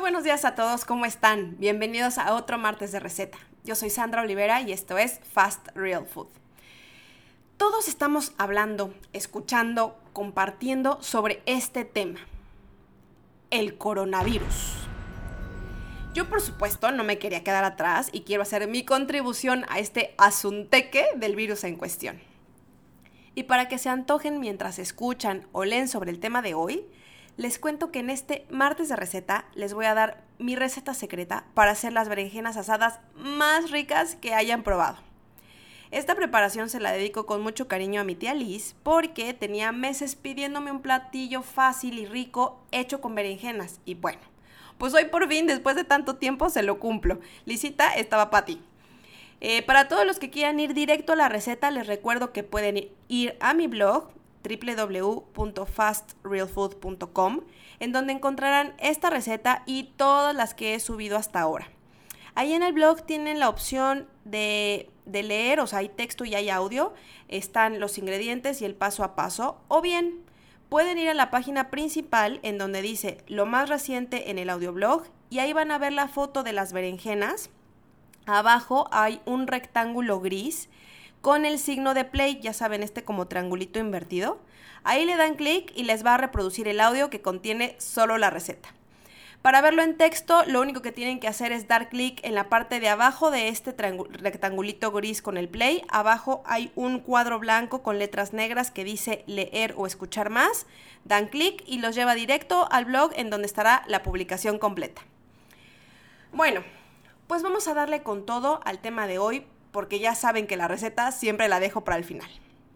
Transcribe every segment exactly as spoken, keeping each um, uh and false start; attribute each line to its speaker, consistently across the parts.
Speaker 1: buenos días a todos, ¿cómo están? Bienvenidos a otro martes de receta. Yo soy Sandra Olivera y esto es Fast Real Food. Todos estamos hablando, escuchando, compartiendo sobre este tema, el coronavirus. Yo, por supuesto, no me quería quedar atrás y quiero hacer mi contribución a este asunteque del virus en cuestión. Y para que se antojen mientras escuchan o leen sobre el tema de hoy, les cuento que en este martes de receta les voy a dar mi receta secreta para hacer las berenjenas asadas más ricas que hayan probado. Esta preparación se la dedico con mucho cariño a mi tía Liz porque tenía meses pidiéndome un platillo fácil y rico hecho con berenjenas. Y bueno, pues hoy por fin, después de tanto tiempo, se lo cumplo. Lisita, estaba para ti. Eh, para todos los que quieran ir directo a la receta, les recuerdo que pueden ir a mi blog doble u doble u doble u punto fast real food punto com, en donde encontrarán esta receta y todas las que he subido hasta ahora. Ahí en el blog tienen la opción de, de leer, o sea, hay texto y hay audio, están los ingredientes y el paso a paso, o bien pueden ir a la página principal en donde dice lo más reciente en el audioblog y ahí van a ver la foto de las berenjenas. Abajo hay un rectángulo gris con el signo de play, ya saben, este como triangulito invertido. Ahí le dan clic y les va a reproducir el audio que contiene solo la receta. Para verlo en texto, lo único que tienen que hacer es dar clic en la parte de abajo de este rectangulito gris con el play. Abajo hay un cuadro blanco con letras negras que dice leer o escuchar más. Dan clic y los lleva directo al blog en donde estará la publicación completa. Bueno, pues vamos a darle con todo al tema de hoy, porque ya saben que la receta siempre la dejo para el final.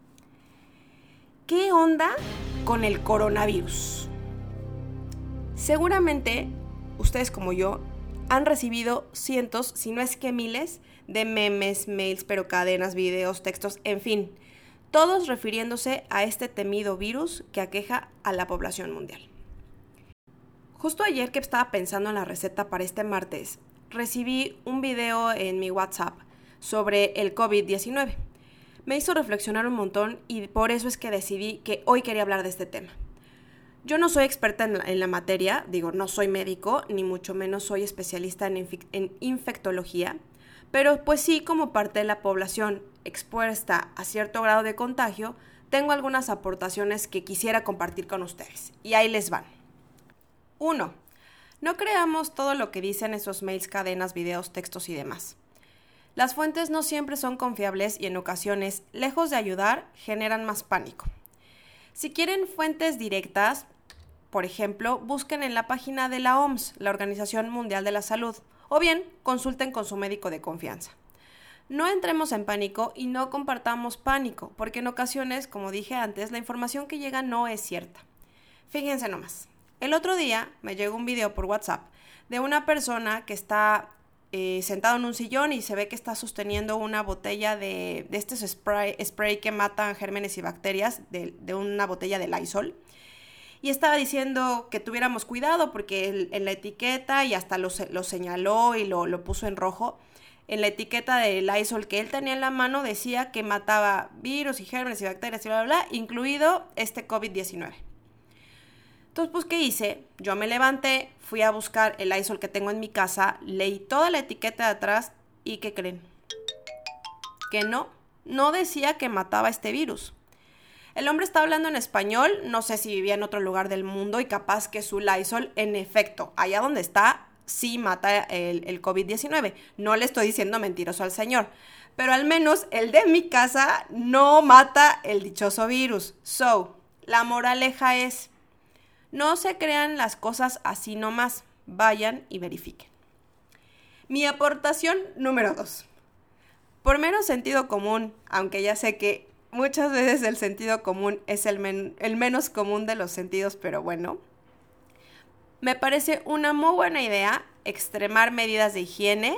Speaker 1: ¿Qué onda con el coronavirus? Seguramente ustedes como yo han recibido cientos, si no es que miles, de memes, mails, pero cadenas, videos, textos, en fin, todos refiriéndose a este temido virus que aqueja a la población mundial. Justo ayer que estaba pensando en la receta para este martes, recibí un video en mi WhatsApp sobre el covid diecinueve. Me hizo reflexionar un montón y por eso es que decidí que hoy quería hablar de este tema. Yo no soy experta en la, en la materia, digo, no soy médico, ni mucho menos soy especialista en, infic- en infectología, pero pues sí, como parte de la población expuesta a cierto grado de contagio, tengo algunas aportaciones que quisiera compartir con ustedes. Y ahí les van. uno. No creamos todo lo que dicen esos mails, cadenas, videos, textos y demás. Las fuentes no siempre son confiables y en ocasiones, lejos de ayudar, generan más pánico. Si quieren fuentes directas, por ejemplo, busquen en la página de la O M S, la Organización Mundial de la Salud, o bien consulten con su médico de confianza. No entremos en pánico y no compartamos pánico, porque en ocasiones, como dije antes, la información que llega no es cierta. Fíjense nomás. El otro día me llegó un video por WhatsApp de una persona que está eh, sentado en un sillón y se ve que está sosteniendo una botella de, de este spray, spray que matan gérmenes y bacterias, de, de una botella de Lysol. Y estaba diciendo que tuviéramos cuidado porque el, en la etiqueta, y hasta lo, lo señaló y lo, lo puso en rojo, en la etiqueta de Lysol que él tenía en la mano decía que mataba virus y gérmenes y bacterias y bla, bla, bla, incluido este covid diecinueve. Entonces, pues, ¿qué hice? Yo me levanté, fui a buscar el Lysol que tengo en mi casa, leí toda la etiqueta de atrás y ¿qué creen? Que no, no decía que mataba este virus. El hombre está hablando en español, no sé si vivía en otro lugar del mundo y capaz que su Lysol, en efecto, allá donde está, sí mata el, el covid diecinueve. No le estoy diciendo mentiroso al señor, pero al menos el de mi casa no mata el dichoso virus. So, la moraleja es: no se crean las cosas así nomás, vayan y verifiquen. Mi aportación número dos. Por mero sentido común, aunque ya sé que muchas veces el sentido común es el, men- el menos común de los sentidos, pero bueno, me parece una muy buena idea extremar medidas de higiene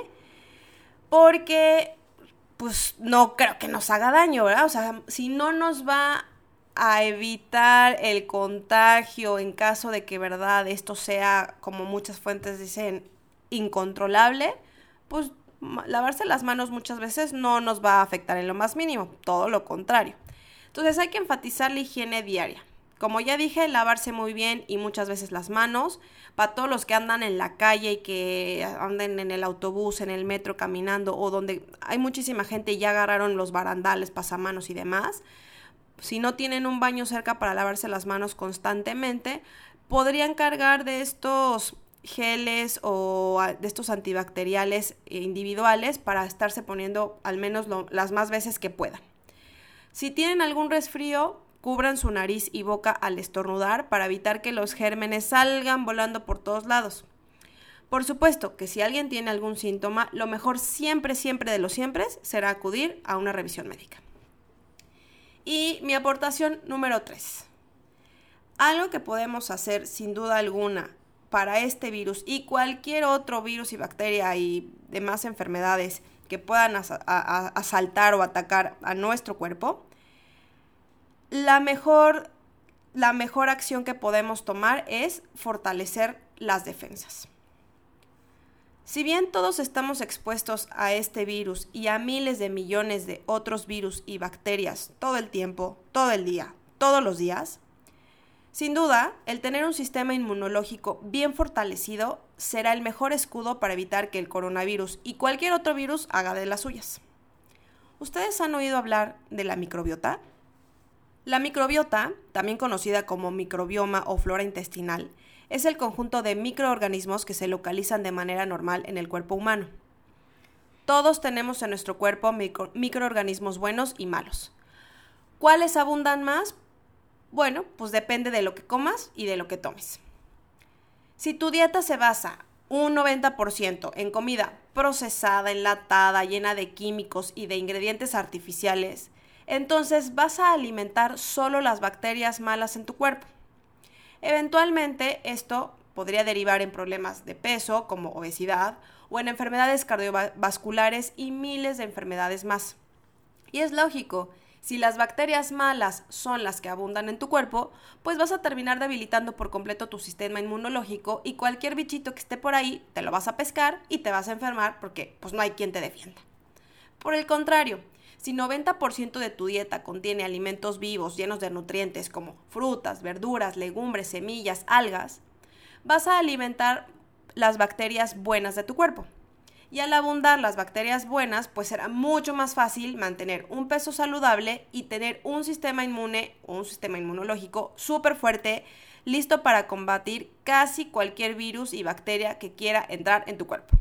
Speaker 1: porque pues no creo que nos haga daño, ¿verdad? O sea, si no nos va a evitar el contagio en caso de que, verdad, esto sea, como muchas fuentes dicen, incontrolable, pues lavarse las manos muchas veces no nos va a afectar en lo más mínimo, todo lo contrario. Entonces hay que enfatizar la higiene diaria. Como ya dije, lavarse muy bien y muchas veces las manos. Para todos los que andan en la calle y que anden en el autobús, en el metro, caminando, o donde hay muchísima gente y ya agarraron los barandales, pasamanos y demás. Si no tienen un baño cerca para lavarse las manos constantemente, podrían cargar de estos geles o de estos antibacteriales individuales para estarse poniendo al menos lo, las más veces que puedan. Si tienen algún resfrío, cubran su nariz y boca al estornudar para evitar que los gérmenes salgan volando por todos lados. Por supuesto que si alguien tiene algún síntoma, lo mejor siempre, siempre de los siempre será acudir a una revisión médica. Y mi aportación número tres. Algo que podemos hacer sin duda alguna para este virus y cualquier otro virus y bacteria y demás enfermedades que puedan as- a- a- asaltar o atacar a nuestro cuerpo, la mejor, la mejor acción que podemos tomar es fortalecer las defensas. Si bien todos estamos expuestos a este virus y a miles de millones de otros virus y bacterias todo el tiempo, todo el día, todos los días, sin duda, el tener un sistema inmunológico bien fortalecido será el mejor escudo para evitar que el coronavirus y cualquier otro virus haga de las suyas. ¿Ustedes han oído hablar de la microbiota? La microbiota, también conocida como microbioma o flora intestinal, es el conjunto de microorganismos que se localizan de manera normal en el cuerpo humano. Todos tenemos en nuestro cuerpo micro, microorganismos buenos y malos. ¿Cuáles abundan más? Bueno, pues depende de lo que comas y de lo que tomes. Si tu dieta se basa un noventa por ciento en comida procesada, enlatada, llena de químicos y de ingredientes artificiales, entonces vas a alimentar solo las bacterias malas en tu cuerpo. Eventualmente esto podría derivar en problemas de peso como obesidad o en enfermedades cardiovasculares y miles de enfermedades más. Y es lógico, si las bacterias malas son las que abundan en tu cuerpo, pues vas a terminar debilitando por completo tu sistema inmunológico y cualquier bichito que esté por ahí te lo vas a pescar y te vas a enfermar porque pues no hay quien te defienda. Por el contrario, si noventa por ciento de tu dieta contiene alimentos vivos llenos de nutrientes como frutas, verduras, legumbres, semillas, algas, vas a alimentar las bacterias buenas de tu cuerpo. Y al abundar las bacterias buenas, pues será mucho más fácil mantener un peso saludable y tener un sistema inmune o un sistema inmunológico súper fuerte, listo para combatir casi cualquier virus y bacteria que quiera entrar en tu cuerpo.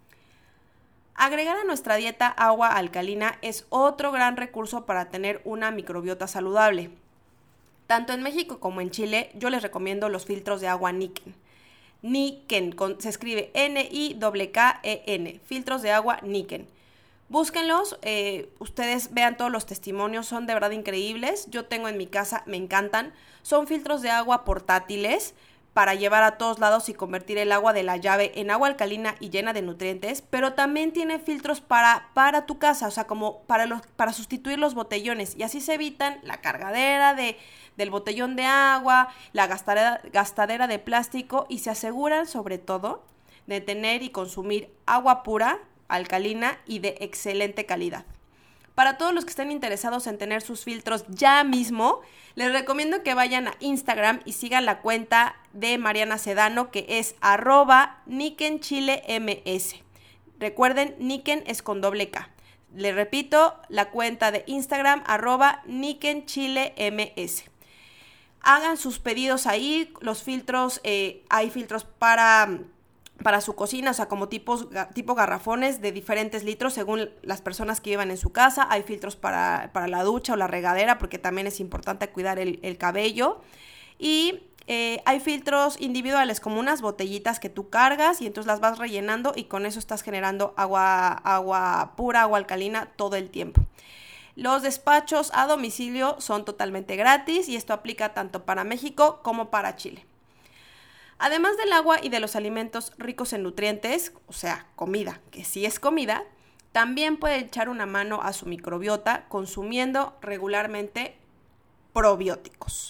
Speaker 1: Agregar a nuestra dieta agua alcalina es otro gran recurso para tener una microbiota saludable. Tanto en México como en Chile, yo les recomiendo los filtros de agua Niken. Niken, con, se escribe N I K K E N, filtros de agua Niken. Búsquenlos, eh, ustedes vean todos los testimonios, son de verdad increíbles. Yo tengo en mi casa, me encantan. Son filtros de agua portátiles para llevar a todos lados y convertir el agua de la llave en agua alcalina y llena de nutrientes, pero también tiene filtros para, para tu casa, o sea, como para, los, para sustituir los botellones, y así se evitan la cargadera de, del botellón de agua, la gastadera, gastadera de plástico, y se aseguran sobre todo de tener y consumir agua pura, alcalina y de excelente calidad. Para todos los que estén interesados en tener sus filtros ya mismo, les recomiendo que vayan a Instagram y sigan la cuenta de Mariana Sedano, que es arroba NikenChileMS. Recuerden, Niken es con doble K. Les repito, la cuenta de Instagram, arroba NikenChileMS. Hagan sus pedidos ahí, los filtros, eh, hay filtros para... para su cocina, o sea, como tipos, tipo garrafones de diferentes litros según las personas que vivan en su casa. Hay filtros para, para la ducha o la regadera, porque también es importante cuidar el, el cabello. Y eh, hay filtros individuales, como unas botellitas que tú cargas y entonces las vas rellenando y con eso estás generando agua, agua pura, agua alcalina todo el tiempo. Los despachos a domicilio son totalmente gratis y esto aplica tanto para México como para Chile. Además del agua y de los alimentos ricos en nutrientes, o sea, comida, que sí es comida, también puede echar una mano a su microbiota consumiendo regularmente probióticos.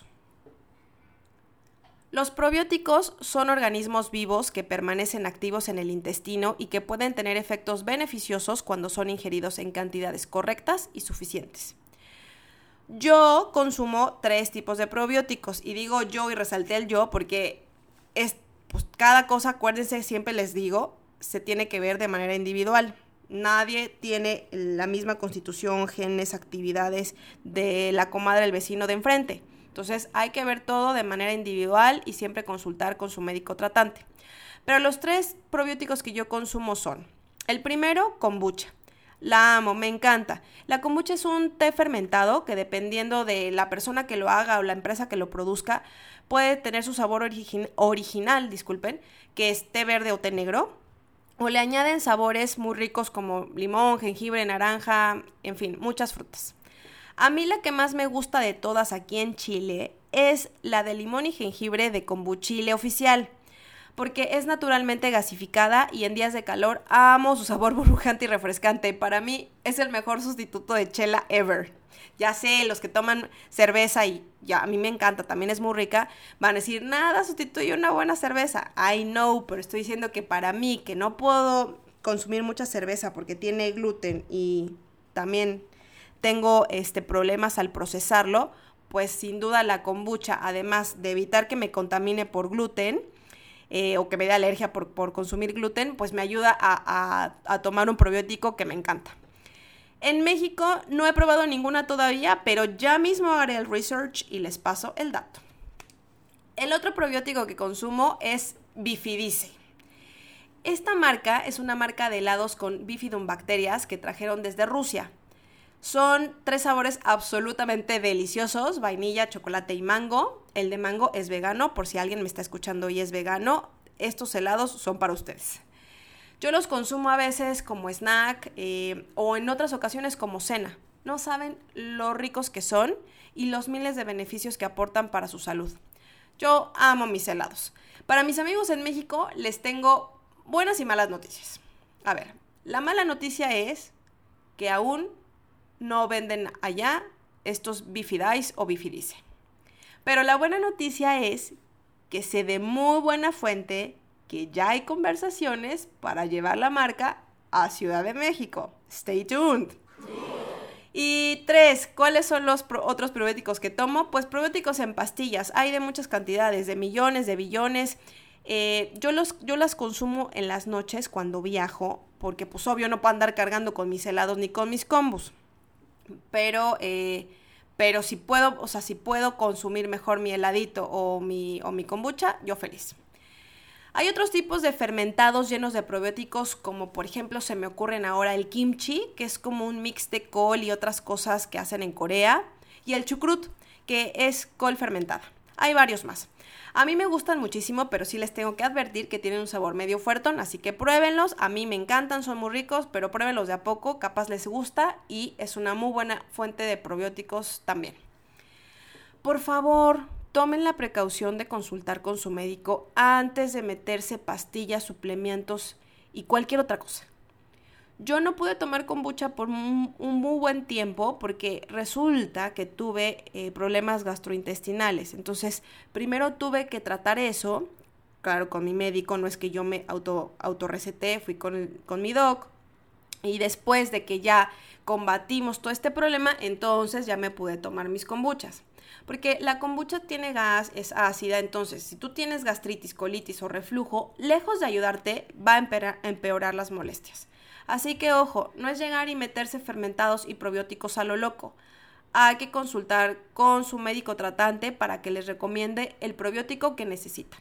Speaker 1: Los probióticos son organismos vivos que permanecen activos en el intestino y que pueden tener efectos beneficiosos cuando son ingeridos en cantidades correctas y suficientes. Yo consumo tres tipos de probióticos y digo yo y resalté el yo porque es, pues, cada cosa, acuérdense, siempre les digo, se tiene que ver de manera individual. Nadie tiene la misma constitución, genes, actividades de la comadre del vecino de enfrente. Entonces hay que ver todo de manera individual y siempre consultar con su médico tratante. Pero los tres probióticos que yo consumo son: el primero, kombucha. La amo, me encanta. La kombucha es un té fermentado que, dependiendo de la persona que lo haga o la empresa que lo produzca, puede tener su sabor origi- original, disculpen, que es té verde o té negro, o le añaden sabores muy ricos como limón, jengibre, naranja, en fin, muchas frutas. A mí la que más me gusta de todas aquí en Chile es la de limón y jengibre de Kombuchile Oficial, porque es naturalmente gasificada y en días de calor amo su sabor burbujante y refrescante. Para mí es el mejor sustituto de chela ever. Ya sé, los que toman cerveza, y ya a mí me encanta, también es muy rica, van a decir, nada sustituye una buena cerveza. I know, pero estoy diciendo que para mí, que no puedo consumir mucha cerveza porque tiene gluten y también tengo este, problemas al procesarlo, pues sin duda la kombucha, además de evitar que me contamine por gluten, eh, o que me dé alergia por, por consumir gluten, pues me ayuda a, a, a tomar un probiótico que me encanta. En México no he probado ninguna todavía, pero ya mismo haré el research y les paso el dato. El otro probiótico que consumo es Bifidice. Esta marca es una marca de helados con bifidobacterias que trajeron desde Rusia. Son tres sabores absolutamente deliciosos: vainilla, chocolate y mango. El de mango es vegano, por si alguien me está escuchando y es vegano, estos helados son para ustedes. Yo los consumo a veces como snack eh, o en otras ocasiones como cena. No saben lo ricos que son y los miles de beneficios que aportan para su salud. Yo amo mis helados. Para mis amigos en México les tengo buenas y malas noticias. A ver, la mala noticia es que aún no venden allá estos Bifidice o Bifidice. Pero la buena noticia es que sé de muy buena fuente que ya hay conversaciones para llevar la marca a Ciudad de México. Stay tuned. Y tres, ¿cuáles son los pro- otros probióticos que tomo? Pues probióticos en pastillas. Hay de muchas cantidades, de millones, de billones. Eh, yo, los, yo las consumo en las noches cuando viajo, porque pues obvio no puedo andar cargando con mis helados ni con mis combos. Pero, eh, pero si puedo, o sea, si puedo consumir mejor mi heladito o mi, o mi kombucha, yo feliz. Hay otros tipos de fermentados llenos de probióticos, como por ejemplo se me ocurren ahora el kimchi, que es como un mix de col y otras cosas que hacen en Corea, y el chucrut, que es col fermentada. Hay varios más. A mí me gustan muchísimo, pero sí les tengo que advertir que tienen un sabor medio fuertón, así que pruébenlos. A mí me encantan, son muy ricos, pero pruébenlos de a poco, capaz les gusta y es una muy buena fuente de probióticos también. Por favor, tomen la precaución de consultar con su médico antes de meterse pastillas, suplementos y cualquier otra cosa. Yo no pude tomar kombucha por un, un muy buen tiempo porque resulta que tuve eh, problemas gastrointestinales. Entonces, primero tuve que tratar eso, claro, con mi médico, no es que yo me auto, autorreceté, fui con, el, con mi doc. Y después de que ya combatimos todo este problema, entonces ya me pude tomar mis kombuchas. Porque la kombucha tiene gas, es ácida, entonces si tú tienes gastritis, colitis o reflujo, lejos de ayudarte, va a empeorar, empeorar las molestias. Así que ojo, no es llegar y meterse fermentados y probióticos a lo loco. Hay que consultar con su médico tratante para que les recomiende el probiótico que necesitan.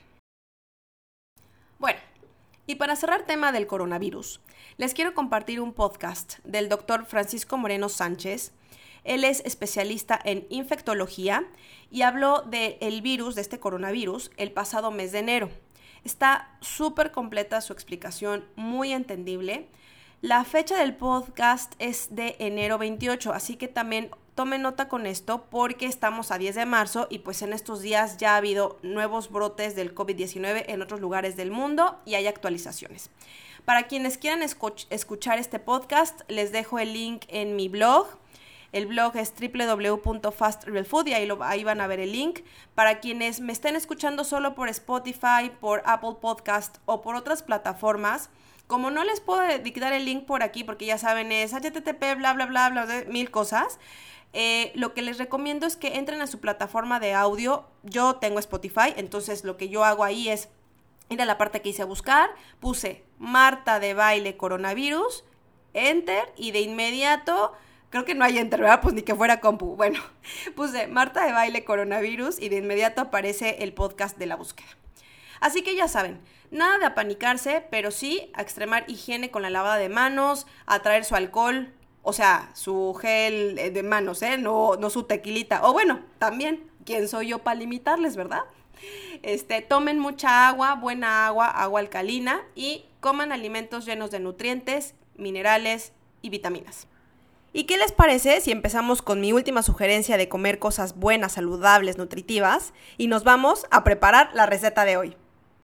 Speaker 1: Bueno, y para cerrar tema del coronavirus, les quiero compartir un podcast del doctor Francisco Moreno Sánchez. Él es especialista en infectología y habló del virus, de este coronavirus, el pasado mes de enero. Está súper completa su explicación, muy entendible. La fecha del podcast es de enero veintiocho, así que también tomen nota con esto porque estamos a diez de marzo y pues en estos días ya ha habido nuevos brotes del covid diecinueve en otros lugares del mundo y hay actualizaciones. Para quienes quieran escuch- escuchar este podcast, les dejo el link en mi blog. El blog es doble u doble u doble u punto fast real food y ahí, lo, ahí van a ver el link. Para quienes me estén escuchando solo por Spotify, por Apple Podcast o por otras plataformas, como no les puedo dictar el link por aquí porque ya saben es H T T P, bla, bla, bla, bla, mil cosas, Eh, lo que les recomiendo es que entren a su plataforma de audio. Yo tengo Spotify, entonces lo que yo hago ahí es ir a la parte que hice buscar, puse Marta de Baile coronavirus, enter, y de inmediato, creo que no hay enter, ¿verdad? Pues ni que fuera compu. Bueno, puse Marta de Baile coronavirus y de inmediato aparece el podcast de la búsqueda. Así que ya saben, nada de apanicarse, pero sí a extremar higiene con la lavada de manos, a traer su alcohol, o sea, su gel de manos, ¿eh? No, no su tequilita. O bueno, también, ¿quién soy yo para limitarles, verdad? Este, tomen mucha agua, buena agua, agua alcalina, y coman alimentos llenos de nutrientes, minerales y vitaminas. ¿Y qué les parece si empezamos con mi última sugerencia de comer cosas buenas, saludables, nutritivas, y nos vamos a preparar la receta de hoy?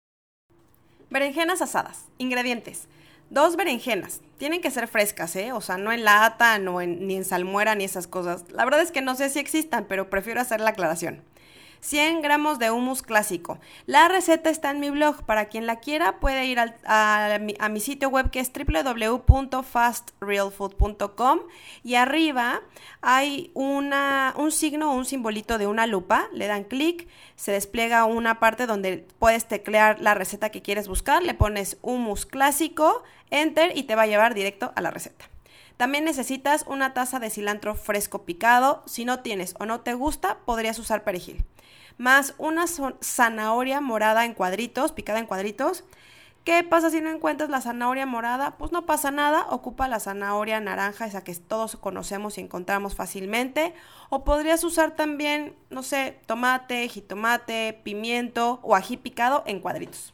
Speaker 1: Berenjenas asadas. Ingredientes: dos berenjenas. Tienen que ser frescas, ¿eh? O sea, no en lata, no en, ni en salmuera, ni esas cosas. La verdad es que no sé si existan, pero prefiero hacer la aclaración. cien gramos de hummus clásico. La receta está en mi blog. Para quien la quiera puede ir al, a, a, mi, a mi sitio web, que es doble u doble u doble u punto fast real food punto com, y arriba hay una, un signo o un simbolito de una lupa. Le dan clic, se despliega una parte donde puedes teclear la receta que quieres buscar, le pones hummus clásico, enter, y te va a llevar directo a la receta. También necesitas una taza de cilantro fresco picado. Si no tienes o no te gusta, podrías usar perejil. Más una zanahoria morada en cuadritos, picada en cuadritos. ¿Qué pasa si no encuentras la zanahoria morada? Pues no pasa nada, ocupa la zanahoria naranja, esa que todos conocemos y encontramos fácilmente. O podrías usar también, no sé, tomate, jitomate, pimiento o ají picado en cuadritos.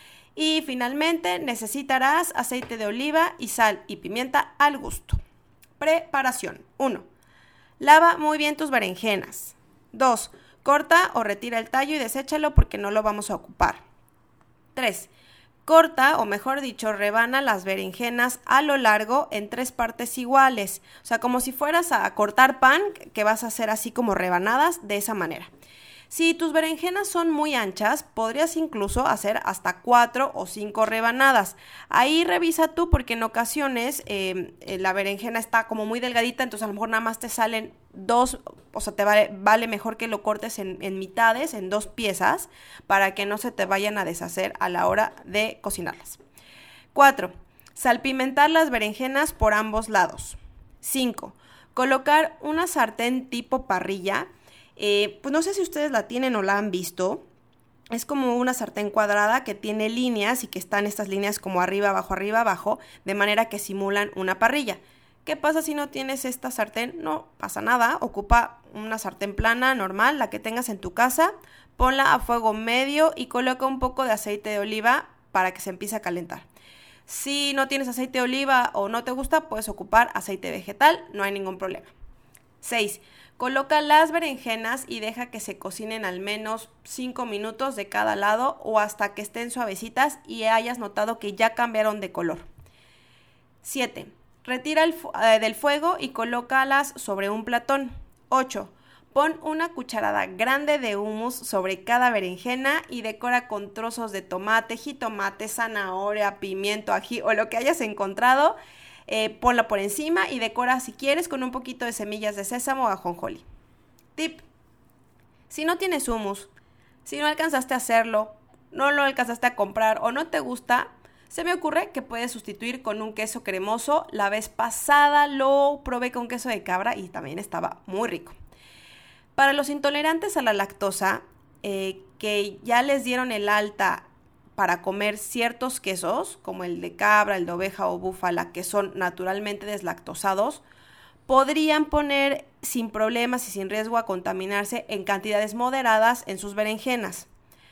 Speaker 1: Y finalmente necesitarás aceite de oliva y sal y pimienta al gusto. Preparación. uno. Lava muy bien tus berenjenas. dos. Corta o retira el tallo y deséchalo porque no lo vamos a ocupar. tres. Corta, o mejor dicho, rebana las berenjenas a lo largo en tres partes iguales. O sea, como si fueras a cortar pan, que vas a hacer así como rebanadas, de esa manera. Si tus berenjenas son muy anchas, podrías incluso hacer hasta cuatro o cinco rebanadas. Ahí revisa tú, porque en ocasiones eh, la berenjena está como muy delgadita, entonces a lo mejor nada más te salen dos, o sea, te vale, vale mejor que lo cortes en, en mitades, en dos piezas, para que no se te vayan a deshacer a la hora de cocinarlas. cuatro. Salpimentar las berenjenas por ambos lados. cinco. Colocar una sartén tipo parrilla. Eh, pues no sé si ustedes la tienen o la han visto. Es como una sartén cuadrada que tiene líneas y que están estas líneas como arriba, abajo, arriba, abajo, de manera que simulan una parrilla. ¿Qué pasa si no tienes esta sartén? No pasa nada, ocupa una sartén plana, normal, la que tengas en tu casa, ponla a fuego medio y coloca un poco de aceite de oliva para que se empiece a calentar. Si no tienes aceite de oliva o no te gusta, puedes ocupar aceite vegetal, no hay ningún problema. seis. Coloca las berenjenas y deja que se cocinen al menos cinco minutos de cada lado o hasta que estén suavecitas y hayas notado que ya cambiaron de color. siete. Retira el fu- eh, del fuego y colócalas sobre un platón. ocho. Pon una cucharada grande de hummus sobre cada berenjena y decora con trozos de tomate, jitomate, zanahoria, pimiento, ají o lo que hayas encontrado. Eh, ponla por encima y decora si quieres con un poquito de semillas de sésamo o ajonjolí. Tip: si no tienes hummus, si no alcanzaste a hacerlo, no lo alcanzaste a comprar o no te gusta, se me ocurre que puedes sustituir con un queso cremoso. La vez pasada lo probé con queso de cabra y también estaba muy rico. Para los intolerantes a la lactosa, eh, que ya les dieron el alta para comer ciertos quesos, como el de cabra, el de oveja o búfala, que son naturalmente deslactosados, podrían poner sin problemas y sin riesgo a contaminarse en cantidades moderadas en sus berenjenas.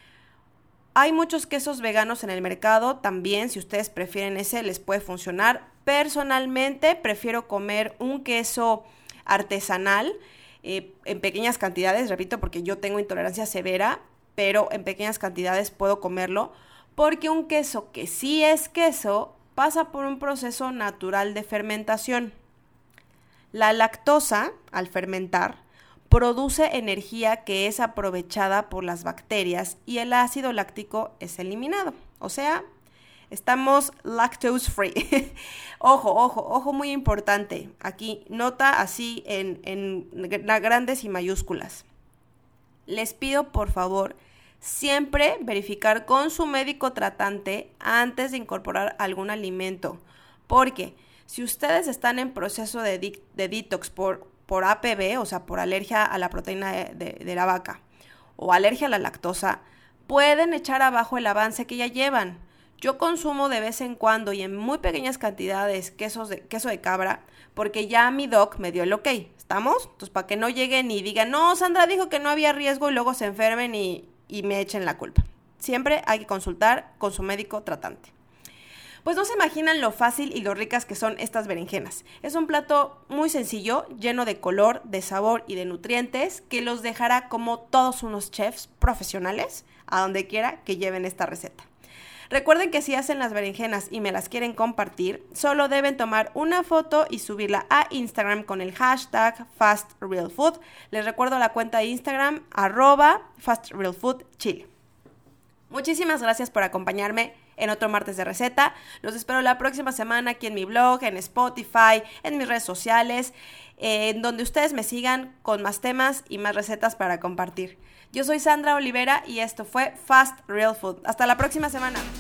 Speaker 1: Hay muchos quesos veganos en el mercado también, si ustedes prefieren ese, les puede funcionar. Personalmente prefiero comer un queso artesanal eh, en pequeñas cantidades, repito, porque yo tengo intolerancia severa, pero en pequeñas cantidades puedo comerlo, porque un queso que sí es queso pasa por un proceso natural de fermentación. La lactosa, al fermentar, produce energía que es aprovechada por las bacterias y el ácido láctico es eliminado. O sea, Estamos lactose free. Ojo, ojo, ojo muy importante. Aquí, nota así en, en grandes y mayúsculas. Les pido, por favor, siempre verificar con su médico tratante antes de incorporar algún alimento. Porque si ustedes están en proceso de, di- de detox por, por A P V, o sea, por alergia a la proteína de, de, de la vaca, o alergia a la lactosa, pueden echar abajo el avance que ya llevan. Yo consumo de vez en cuando y en muy pequeñas cantidades quesos de, queso de cabra porque ya mi doc me dio el ok. ¿Estamos? Entonces, para que no lleguen y digan, no, Sandra dijo que no había riesgo y luego se enfermen y, y me echen la culpa. Siempre hay que consultar con su médico tratante. Pues no se imaginan lo fácil y lo ricas que son estas berenjenas. Es un plato muy sencillo, lleno de color, de sabor y de nutrientes, que los dejará como todos unos chefs profesionales a donde quiera que lleven esta receta. Recuerden que si hacen las berenjenas y me las quieren compartir, solo deben tomar una foto y subirla a Instagram con el hashtag FastRealFood. Les recuerdo la cuenta de Instagram, arroba FastRealFoodChile. Muchísimas gracias por acompañarme en otro martes de receta. Los espero la próxima semana aquí en mi blog, en Spotify, en mis redes sociales, eh, en donde ustedes me sigan con más temas y más recetas para compartir. Yo soy Sandra Olivera y esto fue Fast Real Food. Hasta la próxima semana.